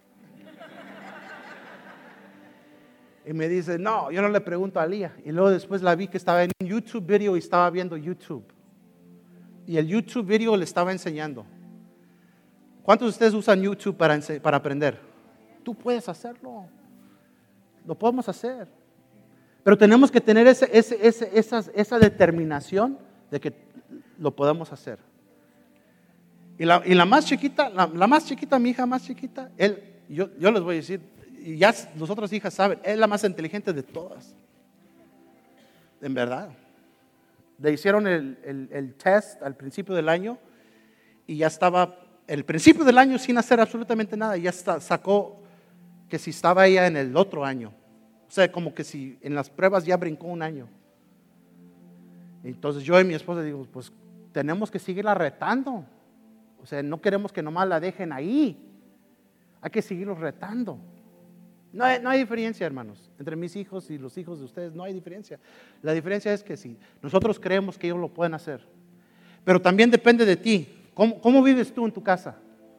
Y me dice, no, yo no le pregunto a Lía. Y luego después la vi que estaba en un YouTube video y estaba viendo YouTube. Y el YouTube video le estaba enseñando. ¿Cuántos de ustedes usan YouTube para aprender? Tú puedes hacerlo. Lo podemos hacer. Pero tenemos que tener esa determinación de que lo podemos hacer. Y la más chiquita, mi hija más chiquita, yo les voy a decir, y ya las otras hijas saben, es la más inteligente de todas. En verdad. Le hicieron el test al principio del año y ya estaba, el principio del año sin hacer absolutamente nada, y ya sacó que si estaba ella en el otro año. O sea, como que si en las pruebas ya brincó un año. Entonces yo y mi esposa digo, pues tenemos que seguirla retando. O sea, no queremos que nomás la dejen ahí. Hay que seguirlos retando. No hay diferencia, hermanos, entre mis hijos y los hijos de ustedes, no hay diferencia. La diferencia es que si nosotros creemos que ellos lo pueden hacer. Pero también depende de ti. ¿Cómo vives tú en tu casa?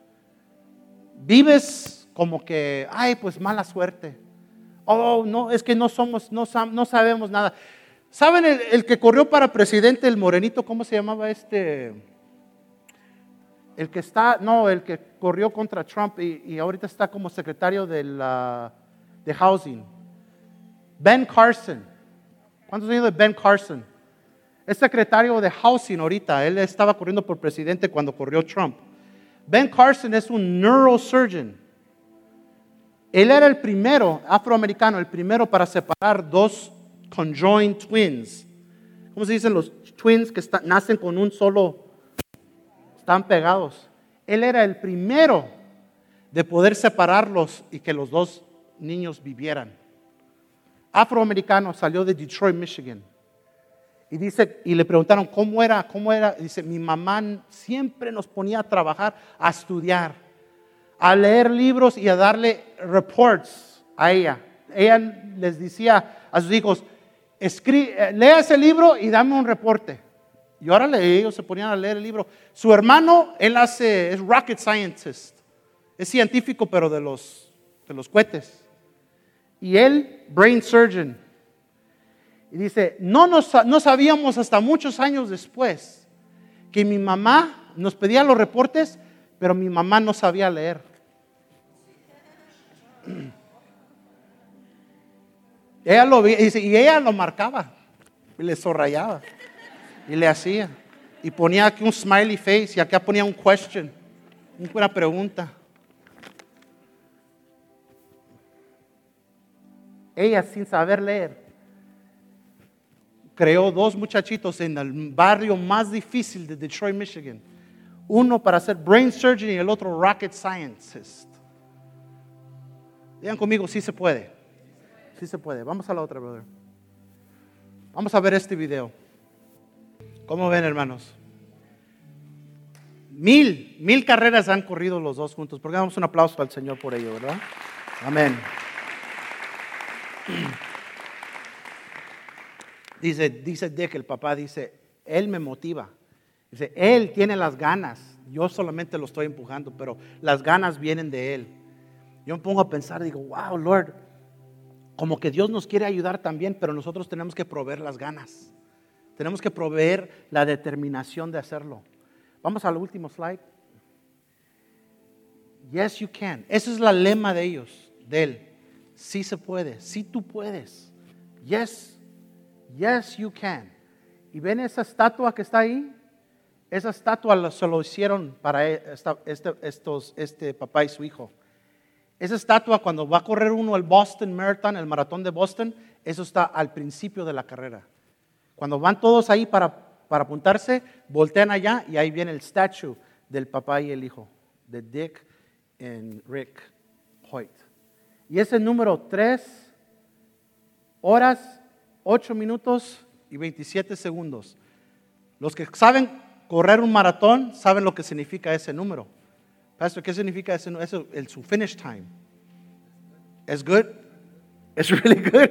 ¿Vives como que, ay, pues mala suerte? Oh, no, es que no sabemos nada. ¿Saben el que corrió para presidente, el morenito, cómo se llamaba este? El que corrió contra Trump y ahorita está como secretario de Housing. Ben Carson. ¿Cuántos años de Ben Carson? Es secretario de Housing ahorita. Él estaba corriendo por presidente cuando corrió Trump. Ben Carson es un neurosurgeon. Él era el primero, afroamericano, el primero para separar dos conjoined twins. ¿Cómo se dicen los twins que nacen con un solo, están pegados? Él era el primero de poder separarlos y que los dos niños vivieran. Afroamericano, salió de Detroit, Michigan. Y le preguntaron, ¿cómo era? Dice, mi mamá siempre nos ponía a trabajar, a estudiar, a leer libros y a darle reports a ella. Ella les decía a sus hijos, lea ese libro y dame un reporte. Y ahora ellos se ponían a leer el libro. Su hermano, es rocket scientist. Es científico, pero de los cohetes. Y él, brain surgeon. Y dice, no sabíamos hasta muchos años después que mi mamá nos pedía los reportes, pero mi mamá no sabía leer. Ella lo veía, y ella lo marcaba, y le subrayaba, y le hacía. Y ponía aquí un smiley face, y acá ponía un question, una pregunta. Ella, sin saber leer, creó dos muchachitos en el barrio más difícil de Detroit, Michigan. Uno para hacer brain surgery y el otro rocket scientist. Digan conmigo, sí se puede. Sí se puede. Vamos a la otra, brother. Vamos a ver este video. ¿Cómo ven, hermanos? 1000 carreras han corrido los dos juntos. ¿Por qué damos un aplauso al Señor por ello, verdad? Amén. Dice Dick, el papá, dice, él me motiva. Dice, él tiene las ganas. Yo solamente lo estoy empujando, pero las ganas vienen de él. Yo me pongo a pensar, digo, wow, Lord, como que Dios nos quiere ayudar también, pero nosotros tenemos que proveer las ganas. Tenemos que proveer la determinación de hacerlo. Vamos al último slide. Yes, you can. Ese es la lema de ellos, de él. Sí se puede, sí tú puedes. Yes, yes, you can. ¿Y ven esa estatua que está ahí? Esa estatua se lo hicieron para este papá y su hijo. Esa estatua, cuando va a correr uno el Boston Marathon, el maratón de Boston, eso está al principio de la carrera. Cuando van todos ahí para apuntarse, voltean allá y ahí viene el statue del papá y el hijo, de Dick y Rick Hoyt. Y ese número 3 horas, 8 minutos y 27 segundos. Los que saben correr un maratón saben lo que significa ese número. Pastor, ¿qué significa ese número? Eso, su finish time. ¿Es good? ¿Es really good?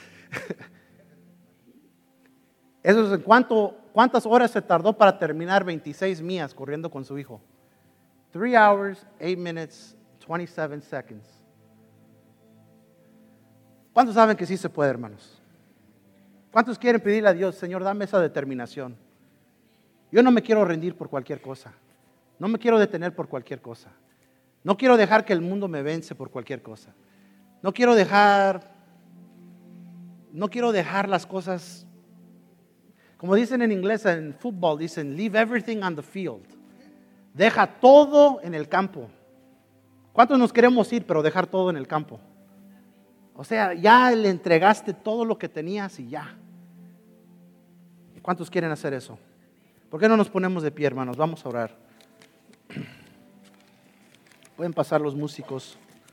Eso es ¿cuántas horas se tardó para terminar 26 millas corriendo con su hijo? 3 hours, 8 minutes, 27 seconds. ¿Cuántos saben que sí se puede, hermanos? ¿Cuántos quieren pedirle a Dios, Señor, dame esa determinación? Yo no me quiero rendir por cualquier cosa. No me quiero detener por cualquier cosa. No quiero dejar que el mundo me vence por cualquier cosa. No quiero dejar las cosas, como dicen en inglés, en fútbol, dicen, leave everything on the field. Deja todo en el campo. ¿Cuántos nos queremos ir, pero dejar todo en el campo? O sea, ya le entregaste todo lo que tenías y ya. ¿Cuántos quieren hacer eso? ¿Por qué no nos ponemos de pie, hermanos? Vamos a orar. Pueden pasar los músicos.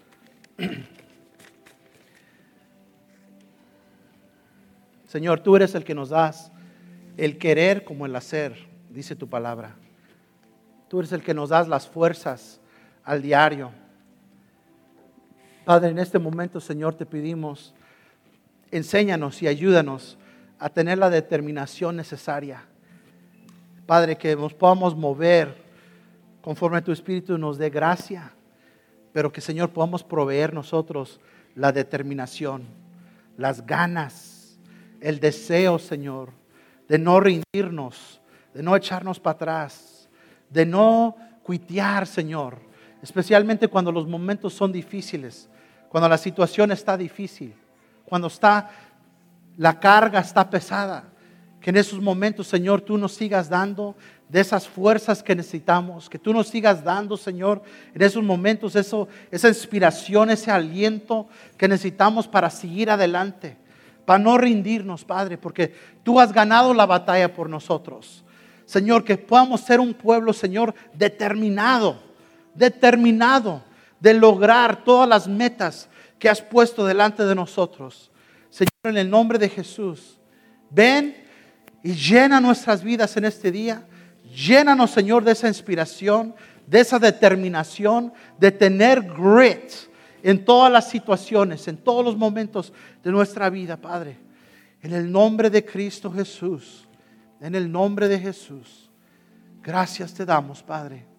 Señor, tú eres el que nos das el querer como el hacer, dice tu palabra. Tú eres el que nos das las fuerzas al diario. Padre, en este momento, Señor, te pedimos, enséñanos y ayúdanos a tener la determinación necesaria. Padre, que nos podamos mover conforme tu Espíritu nos dé gracia, pero que, Señor, podamos proveer nosotros la determinación, las ganas, el deseo, Señor, de no rendirnos, de no echarnos para atrás, de no cuitear, Señor, especialmente cuando los momentos son difíciles, cuando la situación está difícil, cuando la carga está pesada. Que en esos momentos, Señor, tú nos sigas dando de esas fuerzas que necesitamos. Que tú nos sigas dando, Señor, en esos momentos esa inspiración, ese aliento que necesitamos para seguir adelante. Para no rendirnos, Padre, porque tú has ganado la batalla por nosotros. Señor, que podamos ser un pueblo, Señor, determinado de lograr todas las metas que has puesto delante de nosotros. Señor, en el nombre de Jesús, ven y llena nuestras vidas en este día. Llénanos, Señor, de esa inspiración, de esa determinación, de tener grit en todas las situaciones, en todos los momentos de nuestra vida, Padre. En el nombre de Cristo Jesús, en el nombre de Jesús. Gracias te damos, Padre.